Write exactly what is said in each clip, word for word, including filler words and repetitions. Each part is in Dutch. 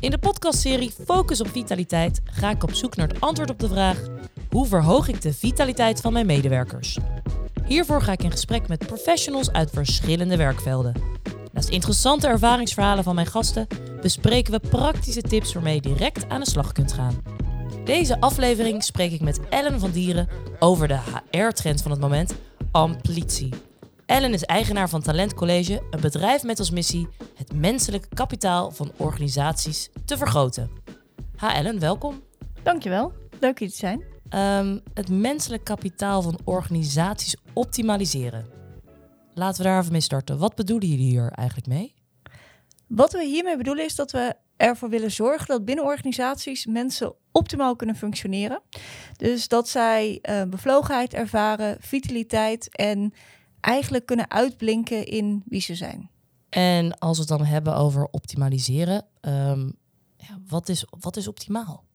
In de podcastserie Focus op Vitaliteit ga ik op zoek naar het antwoord op de vraag: hoe verhoog ik de vitaliteit van mijn medewerkers? Hiervoor ga ik in gesprek met professionals uit verschillende werkvelden. Naast interessante ervaringsverhalen van mijn gasten bespreken we praktische tips waarmee je direct aan de slag kunt gaan. Deze aflevering spreek ik met Ellen van Dieren over de H R-trend van het moment, amplitie. Ellen is eigenaar van Talent College, een bedrijf met als missie het menselijk kapitaal van organisaties te vergroten. Ha Ellen, welkom. Dankjewel, leuk hier te zijn. Um, het menselijk kapitaal van organisaties optimaliseren. Laten we daar even mee starten. Wat bedoelen jullie hier eigenlijk mee? Wat we hiermee bedoelen is dat we ervoor willen zorgen dat binnen organisaties mensen optimaal kunnen functioneren. Dus dat zij uh, bevlogenheid ervaren, vitaliteit en eigenlijk kunnen uitblinken in wie ze zijn. En als we het dan hebben over optimaliseren, um, ja, wat is, wat is optimaal?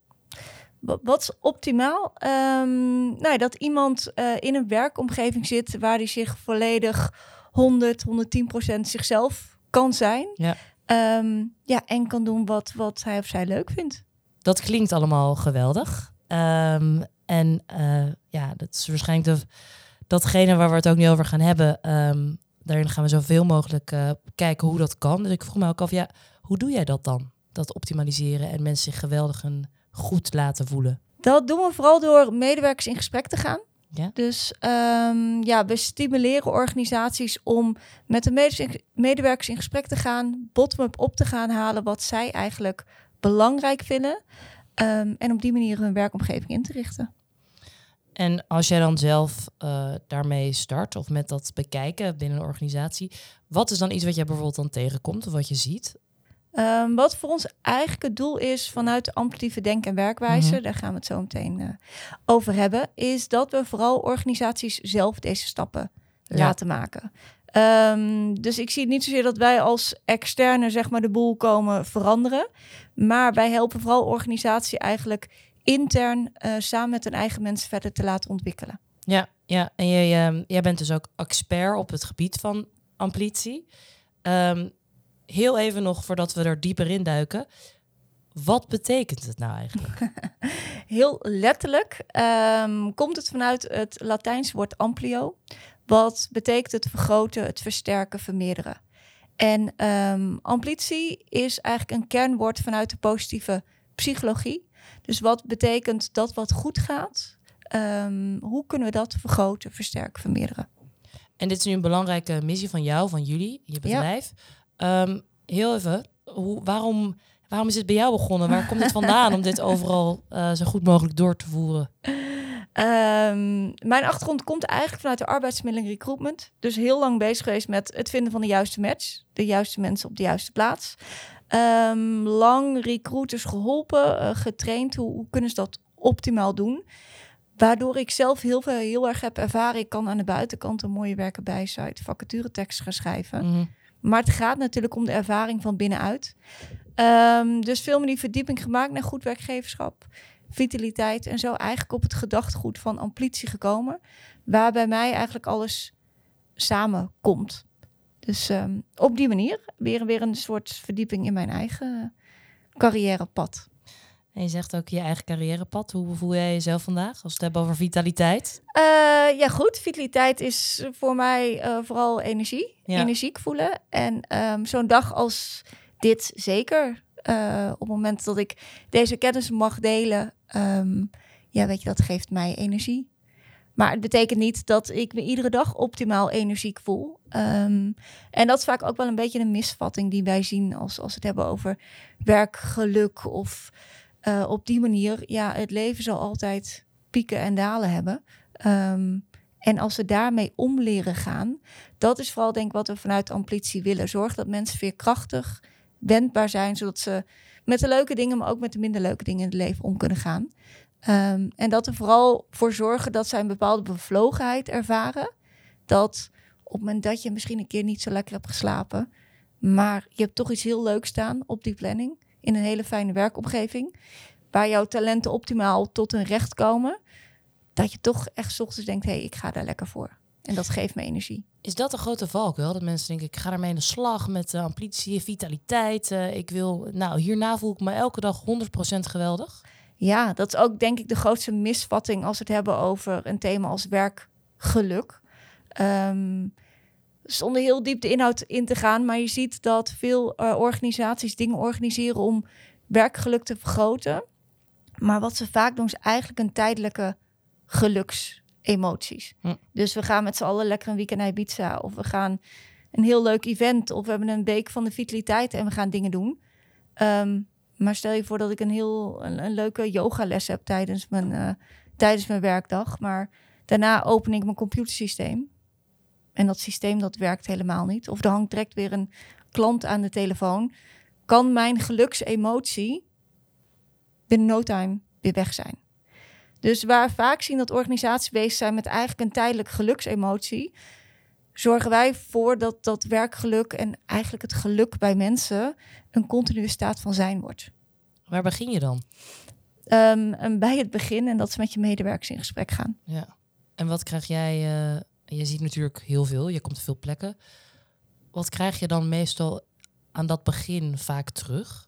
Wat is optimaal? Um, nou ja, dat iemand uh, in een werkomgeving zit waar hij zich volledig honderd, honderdtien procent zichzelf kan zijn. Ja. Um, ja, en kan doen wat, wat hij of zij leuk vindt. Dat klinkt allemaal geweldig. Um, en uh, ja, dat is waarschijnlijk de, datgene waar we het ook niet over gaan hebben. Um, daarin gaan we zoveel mogelijk uh, kijken hoe dat kan. Dus ik vroeg me ook af, ja, hoe doe jij dat dan? Dat optimaliseren en mensen zich geweldig en goed laten voelen. Dat doen we vooral door medewerkers in gesprek te gaan. Ja? Dus um, ja, we stimuleren organisaties om met de medewerkers in gesprek te gaan, bottom-up op te gaan halen wat zij eigenlijk belangrijk vinden. Um, en op die manier hun werkomgeving in te richten. En als jij dan zelf uh, daarmee start of met dat bekijken binnen een organisatie, wat is dan iets wat jij bijvoorbeeld dan tegenkomt of wat je ziet? Um, wat voor ons eigenlijk het doel is vanuit de amplitieve denk- en werkwijze, mm-hmm. daar gaan we het zo meteen uh, over hebben, is dat we vooral organisaties zelf deze stappen ja. laten maken. Um, dus ik zie niet zozeer dat wij als externe zeg maar de boel komen veranderen, maar wij helpen vooral organisaties eigenlijk intern uh, samen met hun eigen mensen verder te laten ontwikkelen. Ja, ja. En jij, uh, jij bent dus ook expert op het gebied van amplitie. Um, Heel even nog, voordat we er dieper in duiken. Wat betekent het nou eigenlijk? Heel letterlijk um, komt het vanuit het Latijnse woord amplio. Wat betekent het vergroten, het versterken, vermeerderen. En um, amplitie is eigenlijk een kernwoord vanuit de positieve psychologie. Dus wat betekent dat wat goed gaat? Um, hoe kunnen we dat vergroten, versterken, vermeerderen? En dit is nu een belangrijke missie van jou, van jullie, je bedrijf. Ja. Um, heel even, hoe, waarom, waarom is het bij jou begonnen? Waar komt het vandaan om dit overal uh, zo goed mogelijk door te voeren? Um, mijn achtergrond komt eigenlijk vanuit de arbeidsmiddeling recruitment. Dus heel lang bezig geweest met het vinden van de juiste match. De juiste mensen op de juiste plaats. Um, lang recruiters geholpen, uh, getraind. Hoe, hoe kunnen ze dat optimaal doen? Waardoor ik zelf heel, veel, heel erg heb ervaren. Ik kan aan de buitenkant een mooie werken bij site, vacaturetekst gaan schrijven. Mm-hmm. Maar het gaat natuurlijk om de ervaring van binnenuit. Um, dus veel meer die verdieping gemaakt naar goed werkgeverschap, vitaliteit en zo eigenlijk op het gedachtegoed van amplitie gekomen. Waar bij mij eigenlijk alles samenkomt. Dus um, op die manier weer, weer een soort verdieping in mijn eigen carrièrepad. En je zegt ook je eigen carrièrepad. Hoe voel jij jezelf vandaag als we het hebben over vitaliteit? Uh, ja goed, vitaliteit is voor mij uh, vooral energie. Ja. Energiek voelen. En um, zo'n dag als dit zeker. Uh, op het moment dat ik deze kennis mag delen. Um, ja, weet je, dat geeft mij energie. Maar het betekent niet dat ik me iedere dag optimaal energiek voel. Um, en dat is vaak ook wel een beetje een misvatting die wij zien als, als we het hebben over werkgeluk of Uh, op die manier, ja, het leven zal altijd pieken en dalen hebben. Um, en als we daarmee om leren gaan, dat is vooral denk ik wat we vanuit amplitie willen. Zorg dat mensen veerkrachtig, wendbaar zijn, zodat ze met de leuke dingen, maar ook met de minder leuke dingen in het leven om kunnen gaan. Um, en dat we vooral voor zorgen dat zij een bepaalde bevlogenheid ervaren. Dat op het moment dat je misschien een keer niet zo lekker hebt geslapen, maar je hebt toch iets heel leuks staan op die planning, in een hele fijne werkomgeving, waar jouw talenten optimaal tot hun recht komen, dat je toch echt 's ochtends denkt, hé, hey, ik ga daar lekker voor. En dat geeft me energie. Is dat een grote valkuil? Dat mensen denken, ik ga ermee aan de slag met uh, ambitie, vitaliteit. Uh, ik wil, nou, hierna voel ik me elke dag honderd procent geweldig. Ja, dat is ook denk ik de grootste misvatting als we het hebben over een thema als werkgeluk. Um, zonder heel diep de inhoud in te gaan, maar je ziet dat veel uh, organisaties dingen organiseren om werkgeluk te vergroten. Maar wat ze vaak doen is eigenlijk een tijdelijke geluksemoties. Hm. Dus we gaan met z'n allen lekker een weekend naar Ibiza, of we gaan een heel leuk event, of we hebben een week van de vitaliteit en we gaan dingen doen. Um, maar stel je voor dat ik een heel een, een leuke yogales heb tijdens mijn, uh, tijdens mijn werkdag, maar daarna open ik mijn computersysteem en dat systeem dat werkt helemaal niet. Of er hangt direct weer een klant aan de telefoon. Kan mijn geluksemotie binnen no time weer weg zijn. Dus waar we vaak zien dat organisaties bezig zijn met eigenlijk een tijdelijk geluksemotie, zorgen wij voor dat dat werkgeluk en eigenlijk het geluk bij mensen een continue staat van zijn wordt. Waar begin je dan? Um, en bij het begin en dat ze met je medewerkers in gesprek gaan. Ja. En wat krijg jij? Uh, je ziet natuurlijk heel veel, je komt op veel plekken. Wat krijg je dan meestal aan dat begin vaak terug?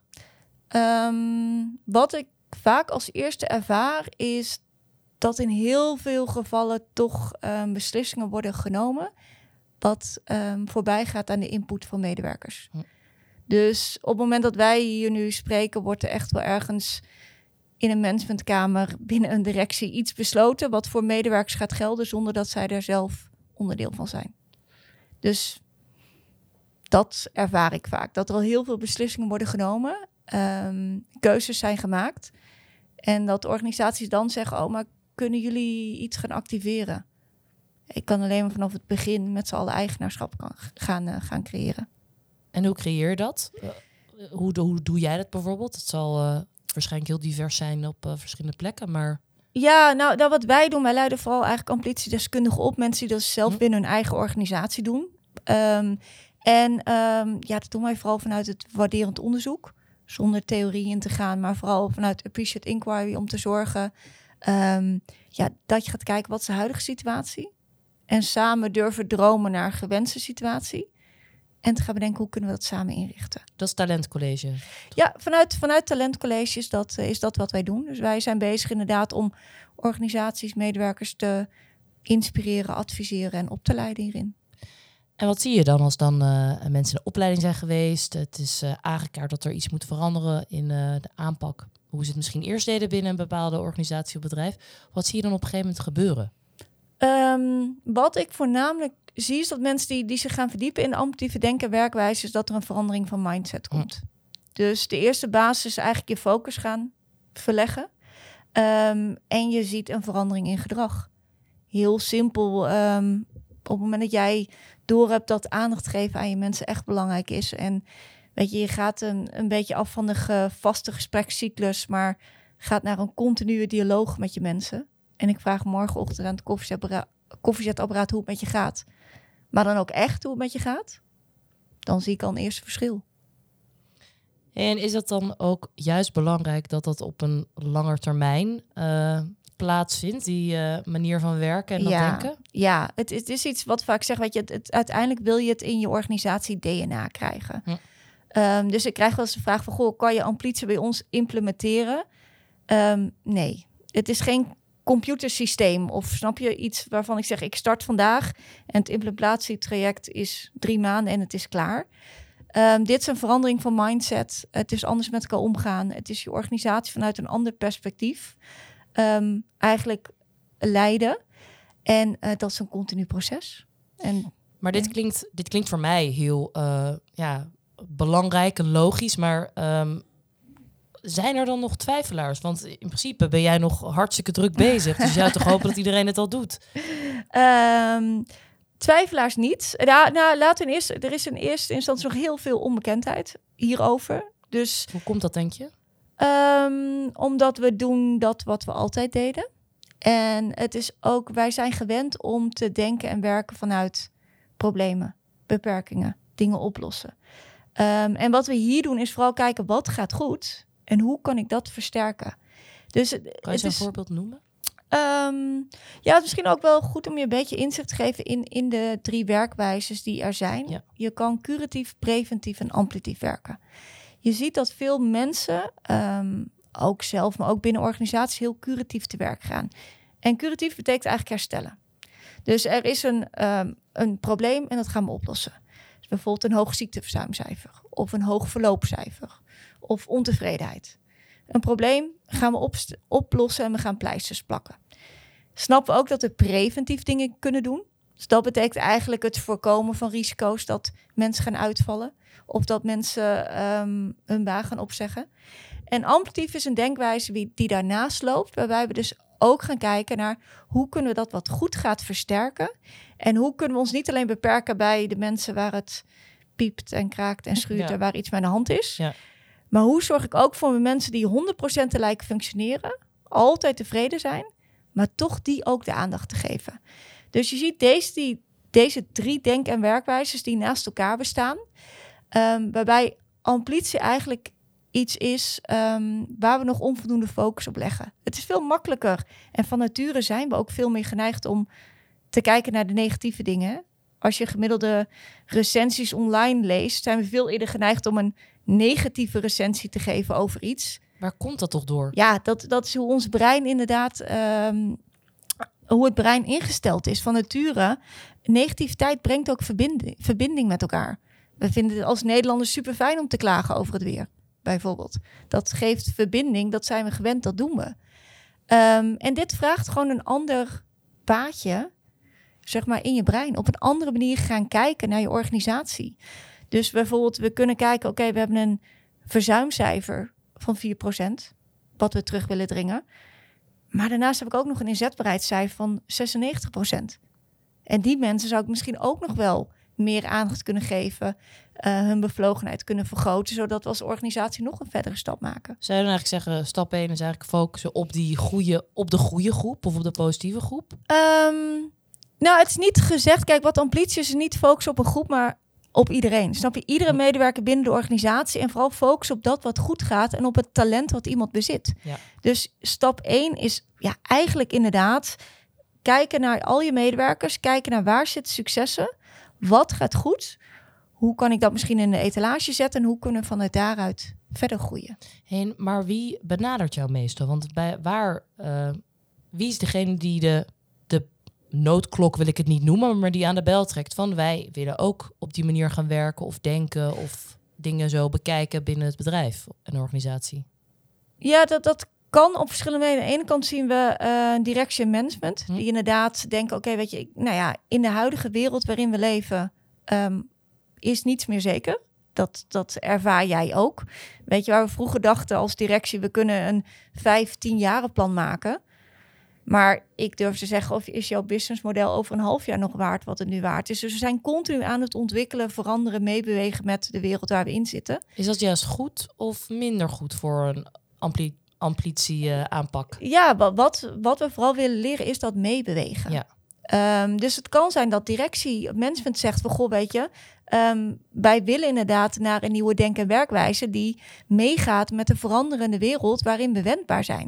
Um, wat ik vaak als eerste ervaar is dat in heel veel gevallen toch um, beslissingen worden genomen wat um, voorbij gaat aan de input van medewerkers. Hm. Dus op het moment dat wij hier nu spreken, wordt er echt wel ergens in een managementkamer binnen een directie iets besloten wat voor medewerkers gaat gelden zonder dat zij daar zelf onderdeel van zijn. Dus dat ervaar ik vaak. Dat er al heel veel beslissingen worden genomen, um, keuzes zijn gemaakt en dat organisaties dan zeggen, oh, maar kunnen jullie iets gaan activeren? Ik kan alleen maar vanaf het begin met z'n allen eigenaarschap kan gaan, uh, gaan creëren. En hoe creëer je dat? Uh, hoe, hoe doe jij dat bijvoorbeeld? Het zal uh, waarschijnlijk heel divers zijn op uh, verschillende plekken, maar... Ja, nou, nou, wat wij doen, wij leiden vooral eigenlijk ambitiedeskundigen op. Mensen die dat zelf hm. binnen hun eigen organisatie doen. Um, en um, ja, dat doen wij vooral vanuit het waarderend onderzoek. Zonder theorie in te gaan, maar vooral vanuit appreciate inquiry om te zorgen um, ja, dat je gaat kijken wat is de huidige situatie. En samen durven dromen naar een gewenste situatie. En te gaan bedenken, hoe kunnen we dat samen inrichten? Dat is talentcollege? Ja, vanuit, vanuit talentcollege is dat, is dat wat wij doen. Dus wij zijn bezig inderdaad om organisaties, medewerkers te inspireren, adviseren en op te leiden hierin. En wat zie je dan als dan uh, mensen in de opleiding zijn geweest? Het is uh, aangekaart dat er iets moet veranderen in uh, de aanpak. Hoe ze het misschien eerst deden binnen een bepaalde organisatie of bedrijf. Wat zie je dan op een gegeven moment gebeuren? Um, wat ik voornamelijk zie is dat mensen die, die zich gaan verdiepen in de ambitieve denken en werkwijze, is dat er een verandering van mindset komt. Hm. Dus de eerste basis is eigenlijk je focus gaan verleggen. Um, en je ziet een verandering in gedrag. Heel simpel. Um, op het moment dat jij doorhebt dat aandacht geven aan je mensen echt belangrijk is. En weet je, je gaat een, een beetje af van de ge, vaste gesprekscyclus, maar gaat naar een continue dialoog met je mensen. En ik vraag morgenochtend aan het koffiezetapparaat, koffiezetapparaat hoe het met je gaat. Maar dan ook echt hoe het met je gaat. Dan zie ik al een eerste verschil. En is het dan ook juist belangrijk dat dat op een langer termijn uh, plaatsvindt, die uh, manier van werken en dat ja, denken? Ja, het, het is iets wat vaak zeg, weet je, het, het, uiteindelijk wil je het in je organisatie D N A krijgen. Hm. Um, dus ik krijg wel eens de vraag van, goh, kan je amplitie bij ons implementeren? Um, nee, het is geen computersysteem of snap je iets waarvan ik zeg, ik start vandaag en het implementatietraject is drie maanden en het is klaar. Um, dit is een verandering van mindset. Het is anders met elkaar omgaan. Het is je organisatie vanuit een ander perspectief um, eigenlijk leiden. En uh, dat is een continu proces. En, maar dit, ja. klinkt, dit klinkt voor mij heel uh, ja, belangrijk en logisch, maar um, zijn er dan nog twijfelaars? Want in principe ben jij nog hartstikke druk bezig. Dus jij toch hopen dat iedereen het al doet? Um, twijfelaars niet. Ja, nou, laten we eerst, er is in eerste instantie nog heel veel onbekendheid hierover. Dus, hoe komt dat, denk je? Um, omdat we doen dat wat we altijd deden. En het is ook, wij zijn gewend om te denken en werken vanuit problemen, beperkingen, dingen oplossen. Um, en wat we hier doen is vooral kijken wat gaat goed en hoe kan ik dat versterken. Dus kan je zo'n voorbeeld noemen? Um, ja, het is misschien ook wel goed om je een beetje inzicht te geven in, in de drie werkwijzes die er zijn. Ja. Je kan curatief, preventief en amplitief werken. Je ziet dat veel mensen, um, ook zelf, maar ook binnen organisaties, heel curatief te werk gaan. En curatief betekent eigenlijk herstellen. Dus er is een, um, een probleem en dat gaan we oplossen. Dus bijvoorbeeld een hoog ziekteverzuimcijfer of een hoog verloopcijfer of ontevredenheid. Een probleem gaan we op, oplossen en we gaan pleisters plakken. Snappen we ook dat we preventief dingen kunnen doen. Dus dat betekent eigenlijk het voorkomen van risico's dat mensen gaan uitvallen. Of dat mensen um, hun baan gaan opzeggen. En amplitief is een denkwijze die, die daarnaast loopt. Waarbij we dus ook gaan kijken naar hoe kunnen we dat wat goed gaat versterken. En hoe kunnen we ons niet alleen beperken bij de mensen waar het piept en kraakt en schuurt. Ja. En waar iets mee aan de hand is. Ja. Maar hoe zorg ik ook voor mensen die honderd procent te lijken functioneren. Altijd tevreden zijn. Maar toch die ook de aandacht te geven. Dus je ziet deze, die, deze drie denk- en werkwijzes die naast elkaar bestaan. Um, waarbij amplitie eigenlijk iets is um, waar we nog onvoldoende focus op leggen. Het is veel makkelijker. En van nature zijn we ook veel meer geneigd om te kijken naar de negatieve dingen. Als je gemiddelde recensies online leest, zijn we veel eerder geneigd om een negatieve recensie te geven over iets. Waar komt dat toch door? Ja, dat, dat is hoe ons brein inderdaad, um, hoe het brein ingesteld is. Van nature, negativiteit brengt ook verbinding, verbinding met elkaar. We vinden het als Nederlanders super fijn om te klagen over het weer, bijvoorbeeld. Dat geeft verbinding, dat zijn we gewend, dat doen we. Um, en dit vraagt gewoon een ander paadje, zeg maar, in je brein. Op een andere manier gaan kijken naar je organisatie. Dus bijvoorbeeld, we kunnen kijken, oké, okay, we hebben een verzuimcijfer van vier procent, wat we terug willen dringen. Maar daarnaast heb ik ook nog een inzetbaarheidscijfer van zesennegentig procent. En die mensen zou ik misschien ook nog wel meer aandacht kunnen geven, uh, hun bevlogenheid kunnen vergroten, zodat we als organisatie nog een verdere stap maken. Zou je dan eigenlijk zeggen, stap één is eigenlijk focussen op die goede, op de goede groep of op de positieve groep? Um, nou, het is niet gezegd, kijk, wat amplitie is, is niet focussen op een groep, maar op iedereen. Snap je? Iedere medewerker binnen de organisatie en vooral focus op dat wat goed gaat en op het talent wat iemand bezit. Ja. Dus stap één is ja, eigenlijk inderdaad kijken naar al je medewerkers, kijken naar waar zitten successen, wat gaat goed, hoe kan ik dat misschien in de etalage zetten en hoe kunnen we vanuit daaruit verder groeien. Hey, maar wie benadert jou meestal? Want bij waar, uh, wie is degene die de, de noodklok, wil ik het niet noemen, maar die aan de bel trekt van wij willen ook op die manier gaan werken of denken of dingen zo bekijken binnen het bedrijf en de organisatie? Ja, dat, dat kan op verschillende manieren. Aan de ene kant zien we uh, directie en management, hm. die inderdaad denken, oké, okay, weet je, nou ja, in de huidige wereld waarin we leven, um, is niets meer zeker. Dat, dat ervaar jij ook. Weet je, waar we vroeger dachten als directie, we kunnen een vijf, tien jaren plan maken. Maar ik durf te zeggen, of is jouw businessmodel over een half jaar nog waard wat het nu waard is? Dus we zijn continu aan het ontwikkelen, veranderen, meebewegen met de wereld waar we in zitten. Is dat juist goed of minder goed voor een ampli- amplitie uh, aanpak? Ja, wat, wat we vooral willen leren is dat meebewegen. Ja. Um, dus het kan zijn dat directie, management zegt van, goh, weet je, um, wij willen inderdaad naar een nieuwe denk- en werkwijze die meegaat met de veranderende wereld waarin we wendbaar zijn.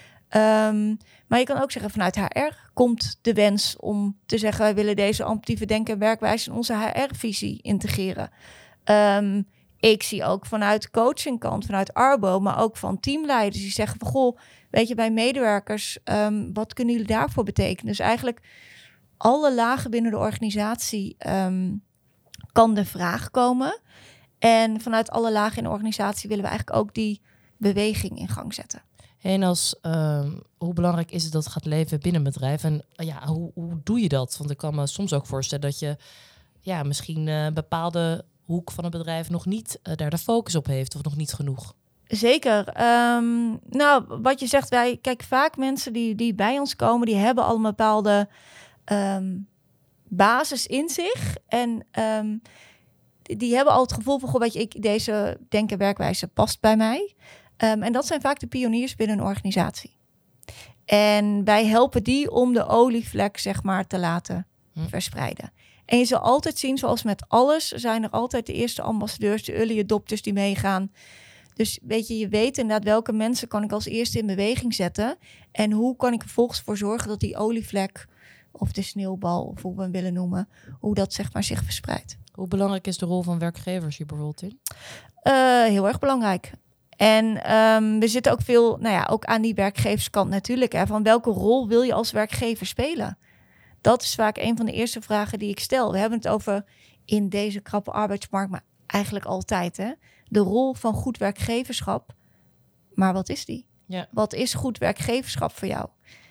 Um, maar je kan ook zeggen, vanuit H R komt de wens om te zeggen, wij willen deze amplitieve denk- en werkwijze in onze H R-visie integreren. Um, ik zie ook vanuit coachingkant, vanuit Arbo, maar ook van teamleiders die zeggen van, goh, weet je, bij medewerkers, um, wat kunnen jullie daarvoor betekenen? Dus eigenlijk alle lagen binnen de organisatie um, kan de vraag komen. En vanuit alle lagen in de organisatie willen we eigenlijk ook die beweging in gang zetten. En als, uh, hoe belangrijk is het dat het gaat leven binnen een bedrijf? En uh, ja, hoe, hoe doe je dat? Want ik kan me soms ook voorstellen dat je ja, misschien een uh, bepaalde hoek van het bedrijf nog niet uh, daar de focus op heeft of nog niet genoeg. Zeker. Um, nou, wat je zegt, wij kijk vaak mensen die, die bij ons komen, die hebben al een bepaalde um, basis in zich. En um, die, die hebben al het gevoel van, goh, weet je, ik, deze denk- en werkwijze past bij mij. Um, en dat zijn vaak de pioniers binnen een organisatie. En wij helpen die om de olievlek, zeg maar, te laten hm. verspreiden. En je zal altijd zien, zoals met alles, zijn er altijd de eerste ambassadeurs, de early adopters die meegaan. Dus weet je, je weet inderdaad welke mensen kan ik als eerste in beweging zetten. En hoe kan ik er vervolgens voor zorgen dat die olievlek of de sneeuwbal, of hoe we hem willen noemen, hoe dat zeg maar zich verspreidt. Hoe belangrijk is de rol van werkgevers hier bijvoorbeeld in? Uh, heel erg belangrijk. En um, we zitten ook veel, nou ja, ook aan die werkgeverskant natuurlijk. Hè, van welke rol wil je als werkgever spelen? Dat is vaak een van de eerste vragen die ik stel. We hebben het over in deze krappe arbeidsmarkt, maar eigenlijk altijd. Hè? De rol van goed werkgeverschap. Maar wat is die? Ja. Wat is goed werkgeverschap voor jou?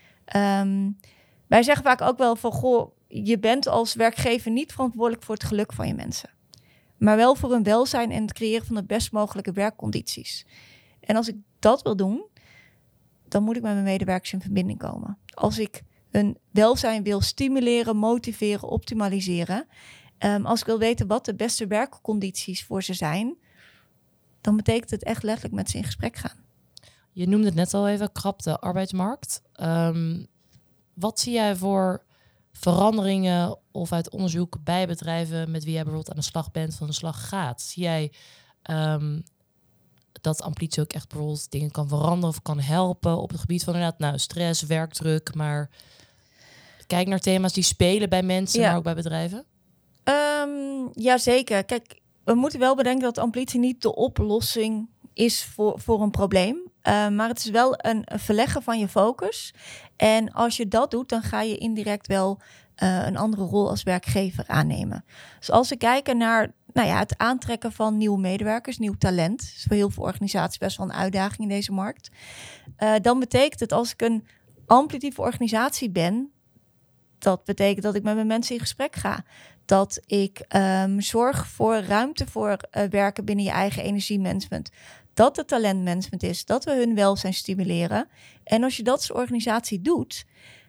Um, wij zeggen vaak ook wel van, goh, je bent als werkgever niet verantwoordelijk voor het geluk van je mensen. Maar wel voor hun welzijn en het creëren van de best mogelijke werkcondities. En als ik dat wil doen, dan moet ik met mijn medewerkers in verbinding komen. Als ik hun welzijn wil stimuleren, motiveren, optimaliseren. Um, als ik wil weten wat de beste werkcondities voor ze zijn, dan betekent het echt letterlijk met ze in gesprek gaan. Je noemde het net al even, krapte arbeidsmarkt. Um, wat zie jij voor veranderingen of uit onderzoek bij bedrijven met wie jij bijvoorbeeld aan de slag bent, van de slag gaat? Zie jij um, dat Amplitie ook echt bijvoorbeeld dingen kan veranderen of kan helpen op het gebied van inderdaad, nou, stress, werkdruk, maar kijk naar thema's die spelen bij mensen, ja. maar ook bij bedrijven? Um, Jazeker. Kijk, we moeten wel bedenken dat Amplitie niet de oplossing is voor, voor een probleem. Uh, maar het is wel een, een verleggen van je focus. En als je dat doet, dan ga je indirect wel uh, een andere rol als werkgever aannemen. Dus als we kijken naar nou ja, het aantrekken van nieuwe medewerkers, nieuw talent. Dat is voor heel veel organisaties best wel een uitdaging in deze markt. Uh, dan betekent het, als ik een amplitieve organisatie ben, dat betekent dat ik met mijn mensen in gesprek ga. Dat ik um, zorg voor ruimte voor uh, werken binnen je eigen energiemanagement. Dat het talentmanagement is, dat we hun welzijn stimuleren. En als je dat als organisatie doet,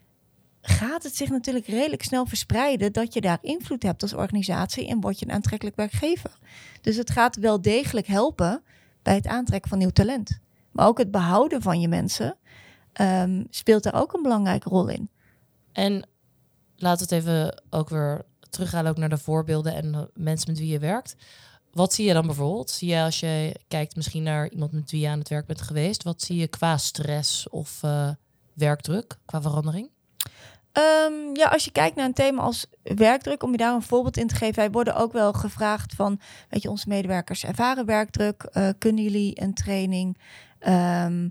gaat het zich natuurlijk redelijk snel verspreiden dat je daar invloed hebt als organisatie en word je een aantrekkelijk werkgever. Dus het gaat wel degelijk helpen bij het aantrekken van nieuw talent. Maar ook het behouden van je mensen um, speelt daar ook een belangrijke rol in. En laten we het even ook weer teruggaan ook naar de voorbeelden en de mensen met wie je werkt. Wat zie je dan bijvoorbeeld? Zie je als je kijkt misschien naar iemand met wie je aan het werk bent geweest, wat zie je qua stress of uh, werkdruk, qua verandering? Um, ja, als je kijkt naar een thema als werkdruk, om je daar een voorbeeld in te geven. Wij worden ook wel gevraagd van, weet je, onze medewerkers ervaren werkdruk. Uh, kunnen jullie een training, um,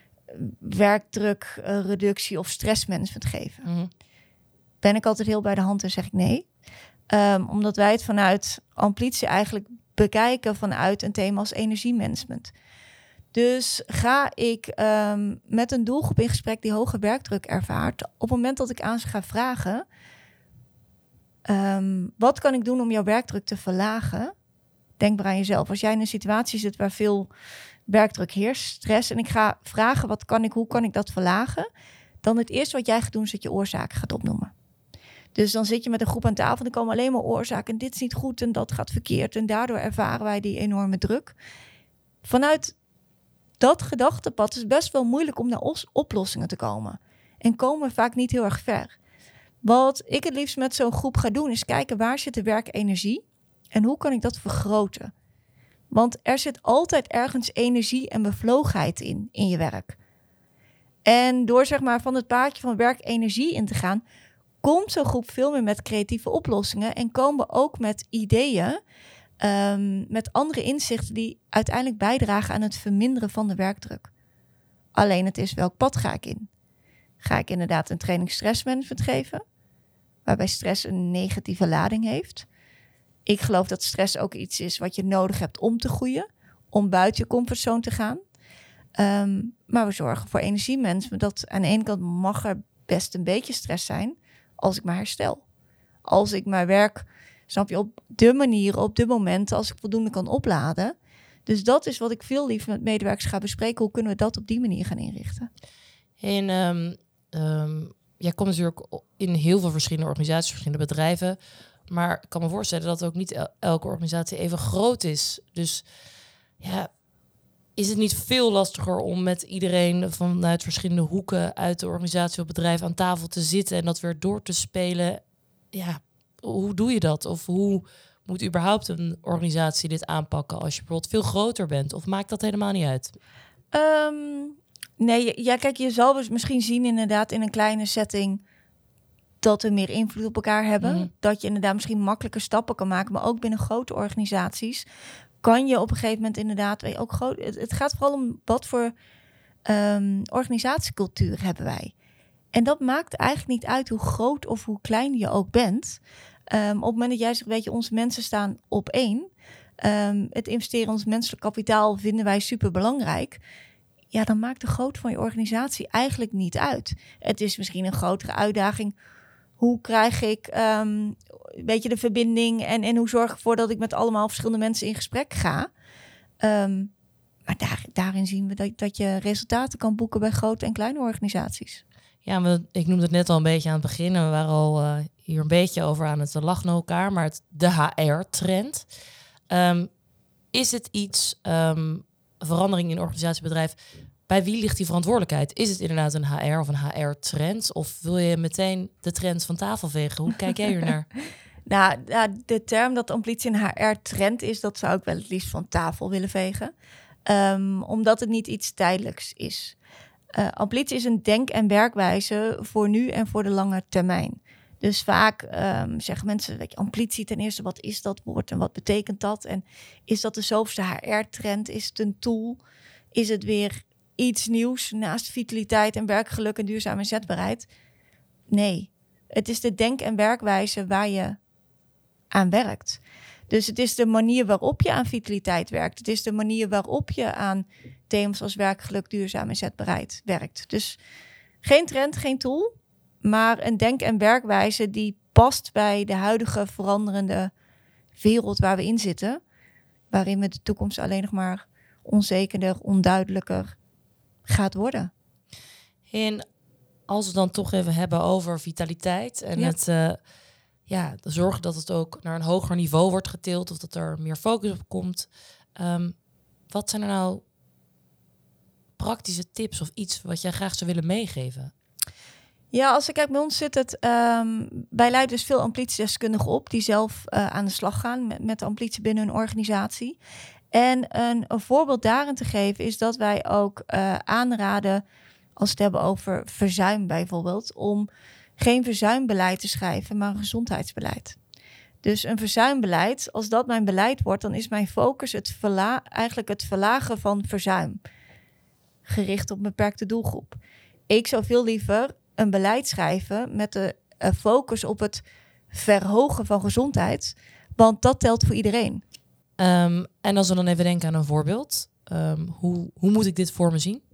werkdrukreductie uh, of stressmanagement geven? Mm-hmm. Ben ik altijd heel bij de hand en zeg ik nee. Um, omdat wij het vanuit Amplitie eigenlijk bekijken vanuit een thema als energiemanagement. Dus ga ik um, met een doelgroep in gesprek die hoge werkdruk ervaart. Op het moment dat ik aan ze ga vragen, um, wat kan ik doen om jouw werkdruk te verlagen? Denk maar aan jezelf. Als jij in een situatie zit waar veel werkdruk heerst, stress, en ik ga vragen, wat kan ik, hoe kan ik dat verlagen? Dan het eerste wat jij gaat doen is dat je oorzaken gaat opnoemen. Dus dan zit je met een groep aan tafel en er komen alleen maar oorzaken. En dit is niet goed en dat gaat verkeerd. En daardoor ervaren wij die enorme druk. Vanuit dat gedachtepad is het best wel moeilijk om naar os- oplossingen te komen. En komen we vaak niet heel erg ver. Wat ik het liefst met zo'n groep ga doen is kijken waar zit de werkenergie en hoe kan ik dat vergroten. Want er zit altijd ergens energie en bevlogenheid in, in je werk. En door zeg maar van het paadje van werkenergie in te gaan, komt zo'n groep veel meer met creatieve oplossingen en komen we ook met ideeën, um, met andere inzichten die uiteindelijk bijdragen aan het verminderen van de werkdruk. Alleen het is welk pad ga ik in? Ga ik inderdaad een training stressmanagement geven, waarbij stress een negatieve lading heeft? Ik geloof dat stress ook iets is wat je nodig hebt om te groeien, om buiten je comfortzone te gaan. Um, maar we zorgen voor energiemanagement. Dat aan de ene kant mag er best een beetje stress zijn, als ik maar herstel. Als ik mijn werk, snap je, op de manier, op de momenten, als ik voldoende kan opladen. Dus dat is wat ik veel liever met medewerkers ga bespreken. Hoe kunnen we dat op die manier gaan inrichten? En um, um, jij komt natuurlijk in heel veel verschillende organisaties, verschillende bedrijven. Maar ik kan me voorstellen dat ook niet el- elke organisatie even groot is. Dus ja, is het niet veel lastiger om met iedereen vanuit verschillende hoeken uit de organisatie of bedrijf aan tafel te zitten en dat weer door te spelen? Ja, hoe doe je dat? Of hoe moet überhaupt een organisatie dit aanpakken als je bijvoorbeeld veel groter bent? Of maakt dat helemaal niet uit? Um, nee, ja, kijk, je zal dus misschien zien inderdaad in een kleine setting dat we meer invloed op elkaar hebben. Mm. Dat je inderdaad misschien makkelijker stappen kan maken. Maar ook binnen grote organisaties kan je op een gegeven moment inderdaad ook groot. Het, het gaat vooral om wat voor um, organisatiecultuur hebben wij. En dat maakt eigenlijk niet uit hoe groot of hoe klein je ook bent. Um, op het moment dat jij zegt, weet je, onze mensen staan op één. Um, het investeren in ons menselijk kapitaal vinden wij super belangrijk. Ja, dan maakt de grootte van je organisatie eigenlijk niet uit. Het is misschien een grotere uitdaging. Hoe krijg ik um, weet je, de verbinding en, en hoe zorg ik ervoor dat ik met allemaal verschillende mensen in gesprek ga. Um, maar daar, daarin zien we dat, dat je resultaten kan boeken bij grote en kleine organisaties. Ja, we, ik noemde het net al een beetje aan het begin. En we waren al uh, hier een beetje over aan het lachen naar elkaar. Maar het, de H R-trend. Um, is het iets, um, verandering in organisatiebedrijf, bij wie ligt die verantwoordelijkheid? Is het inderdaad een H R of een H R-trend? Of wil je meteen de trend van tafel vegen? Hoe kijk jij hier naar? Nou, de term dat ambitie een H R-trend is, dat zou ik wel het liefst van tafel willen vegen. Um, omdat het niet iets tijdelijks is. Uh, ambitie is een denk- en werkwijze voor nu en voor de lange termijn. Dus vaak um, zeggen mensen, weet je, ambitie ten eerste, wat is dat woord en wat betekent dat? En is dat de zoveelste H R-trend? Is het een tool? Is het weer iets nieuws naast vitaliteit en werkgeluk en duurzame inzetbaarheid? Nee, het is de denk- en werkwijze waar je aan werkt. Dus het is de manier waarop je aan vitaliteit werkt. Het is de manier waarop je aan thema's als werkgeluk, duurzame inzetbaarheid werkt. Dus geen trend, geen tool, maar een denk- en werkwijze die past bij de huidige veranderende wereld waar we in zitten, waarin we de toekomst alleen nog maar onzekerder, onduidelijker gaat worden. En als we dan toch even hebben over vitaliteit en ja. het uh, ja, de zorg dat het ook naar een hoger niveau wordt getild of dat er meer focus op komt. Um, wat zijn er nou praktische tips of iets wat jij graag zou willen meegeven? Ja, als ik kijk, bij ons zit het um, bij leiden dus veel ambitiedeskundigen op die zelf uh, aan de slag gaan met, met de ambitie binnen hun organisatie. En een, een voorbeeld daarin te geven is dat wij ook uh, aanraden, als we het hebben over verzuim bijvoorbeeld, om geen verzuimbeleid te schrijven, maar een gezondheidsbeleid. Dus een verzuimbeleid, als dat mijn beleid wordt, dan is mijn focus het verla- eigenlijk het verlagen van verzuim. Gericht op een beperkte doelgroep. Ik zou veel liever een beleid schrijven met de uh, focus op het verhogen van gezondheid, want dat telt voor iedereen. Um, en als we dan even denken aan een voorbeeld, um, hoe, hoe moet ik dit voor me zien?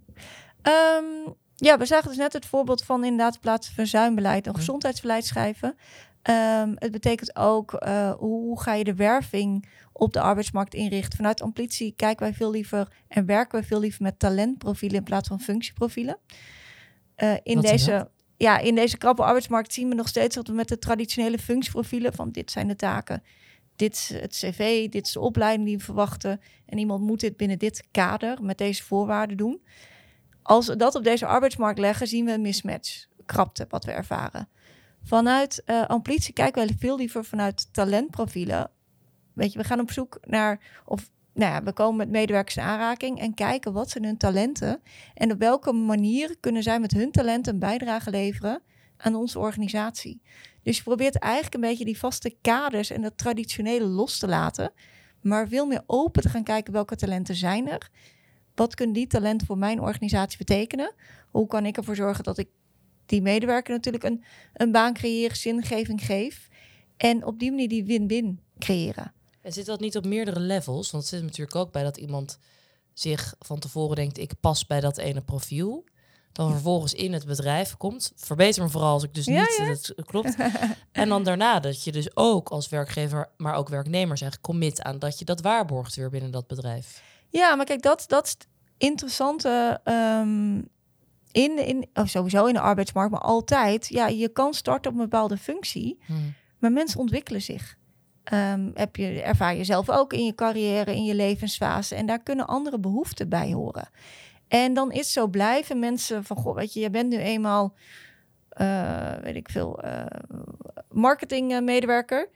Um, ja, we zagen dus net het voorbeeld van inderdaad in plaats van verzuimbeleid een gezondheidsbeleid schrijven. Um, het betekent ook, uh, hoe ga je de werving op de arbeidsmarkt inrichten? Vanuit ambitie kijken wij veel liever en werken wij veel liever met talentprofielen in plaats van functieprofielen. Uh, in, deze, ja, in deze krappe arbeidsmarkt zien we nog steeds dat we met de traditionele functieprofielen van dit zijn de taken, dit is het cv, dit is de opleiding die we verwachten en iemand moet dit binnen dit kader met deze voorwaarden doen. Als we dat op deze arbeidsmarkt leggen, zien we een mismatch, krapte wat we ervaren. Vanuit uh, ambitie kijken we veel liever vanuit talentprofielen. Weet je, we gaan op zoek naar, of nou ja, we komen met medewerkers in aanraking en kijken wat zijn hun talenten en op welke manier kunnen zij met hun talenten een bijdrage leveren aan onze organisatie. Dus je probeert eigenlijk een beetje die vaste kaders en dat traditionele los te laten, maar veel meer open te gaan kijken welke talenten zijn er. Wat kunnen die talenten voor mijn organisatie betekenen? Hoe kan ik ervoor zorgen dat ik die medewerker natuurlijk een, een baan creëer, zingeving geef en op die manier die win-win creëren. En zit dat niet op meerdere levels? Want het zit natuurlijk ook bij dat iemand zich van tevoren denkt, ik pas bij dat ene profiel. Dan vervolgens in het bedrijf komt. Verbeter me vooral als ik dus ja, niet... Ja. Het klopt. En dan daarna dat je dus ook als werkgever, maar ook werknemer zegt, commit aan dat je dat waarborgt weer binnen dat bedrijf. Ja, maar kijk, dat, dat is het interessante um, in, in, oh, sowieso in de arbeidsmarkt, maar altijd. Ja, je kan starten op een bepaalde functie, hmm. maar mensen ontwikkelen zich. Um, heb je, ervaar je zelf ook in je carrière, in je levensfase. En daar kunnen andere behoeften bij horen. En dan is zo blijven mensen van, goh, weet je, je bent nu eenmaal, uh, weet ik veel, uh, marketingmedewerker.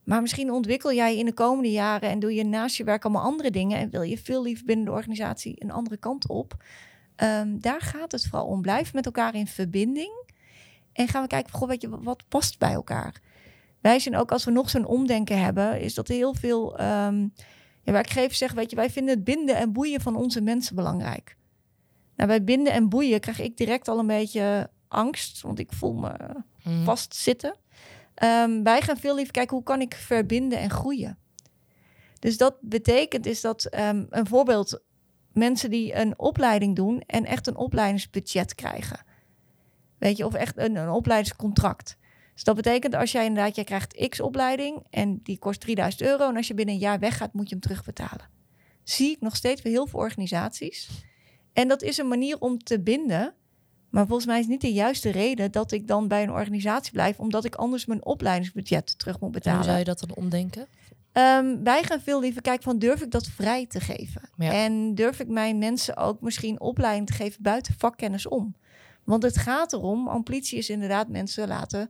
Maar misschien ontwikkel jij in de komende jaren en doe je naast je werk allemaal andere dingen en wil je veel liever binnen de organisatie een andere kant op. Um, daar gaat het vooral om. Blijf met elkaar in verbinding en gaan we kijken, goh, weet je, wat past bij elkaar? Wij zijn ook, als we nog zo'n omdenken hebben, is dat heel veel um, ja, werkgevers zeggen, weet je, wij vinden het binden en boeien van onze mensen belangrijk. Nou, bij binden en boeien krijg ik direct al een beetje angst, want ik voel me mm. vastzitten. Um, wij gaan veel liever kijken, hoe kan ik verbinden en groeien? Dus dat betekent is dat um, een voorbeeld, mensen die een opleiding doen en echt een opleidingsbudget krijgen. Weet je, of echt een, een opleidingscontract. Dus dat betekent als jij inderdaad, jij krijgt X opleiding en die kost drieduizend euro. En als je binnen een jaar weggaat, moet je hem terugbetalen. Zie ik nog steeds bij heel veel organisaties. En dat is een manier om te binden. Maar volgens mij is het niet de juiste reden dat ik dan bij een organisatie blijf, omdat ik anders mijn opleidingsbudget terug moet betalen. En hoe zou je dat dan omdenken? Um, wij gaan veel liever kijken van, durf ik dat vrij te geven? Ja. En durf ik mijn mensen ook misschien opleiding te geven buiten vakkennis om? Want het gaat erom, ambitie is inderdaad mensen laten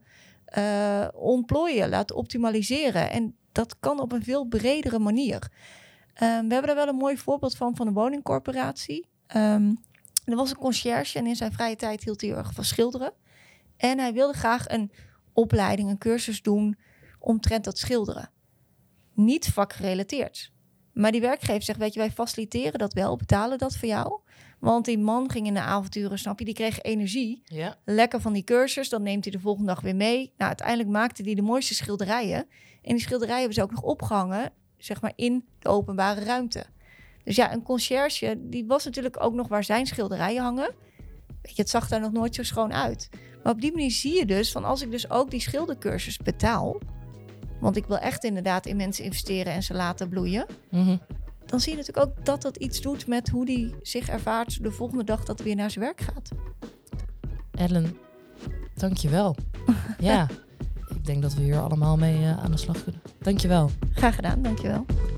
uh, ontplooien, laten optimaliseren. En dat kan op een veel bredere manier. Um, we hebben er wel een mooi voorbeeld van, van een woningcorporatie. Um, er was een conciërge en in zijn vrije tijd hield hij heel erg van schilderen. En hij wilde graag een opleiding, een cursus doen omtrent dat schilderen. Niet vakgerelateerd. Maar die werkgever zegt, weet je, wij faciliteren dat wel, betalen dat voor jou. Want die man ging in de avonturen, snap je, die kreeg energie. Ja. Lekker van die cursus, dan neemt hij de volgende dag weer mee. Nou, uiteindelijk maakte hij de mooiste schilderijen. En die schilderijen hebben ze ook nog opgehangen, zeg maar, in de openbare ruimte. Dus ja, een conciërge, die was natuurlijk ook nog waar zijn schilderijen hangen. Weet je, het zag daar nog nooit zo schoon uit. Maar op die manier zie je dus, van als ik dus ook die schildercursus betaal, want ik wil echt inderdaad in mensen investeren en ze laten bloeien. Mm-hmm. Dan zie je natuurlijk ook dat dat iets doet met hoe die zich ervaart de volgende dag dat hij weer naar zijn werk gaat. Ellen, dank je wel. Ja, ik denk dat we hier allemaal mee uh, aan de slag kunnen. Dank je wel. Graag gedaan, dank je wel.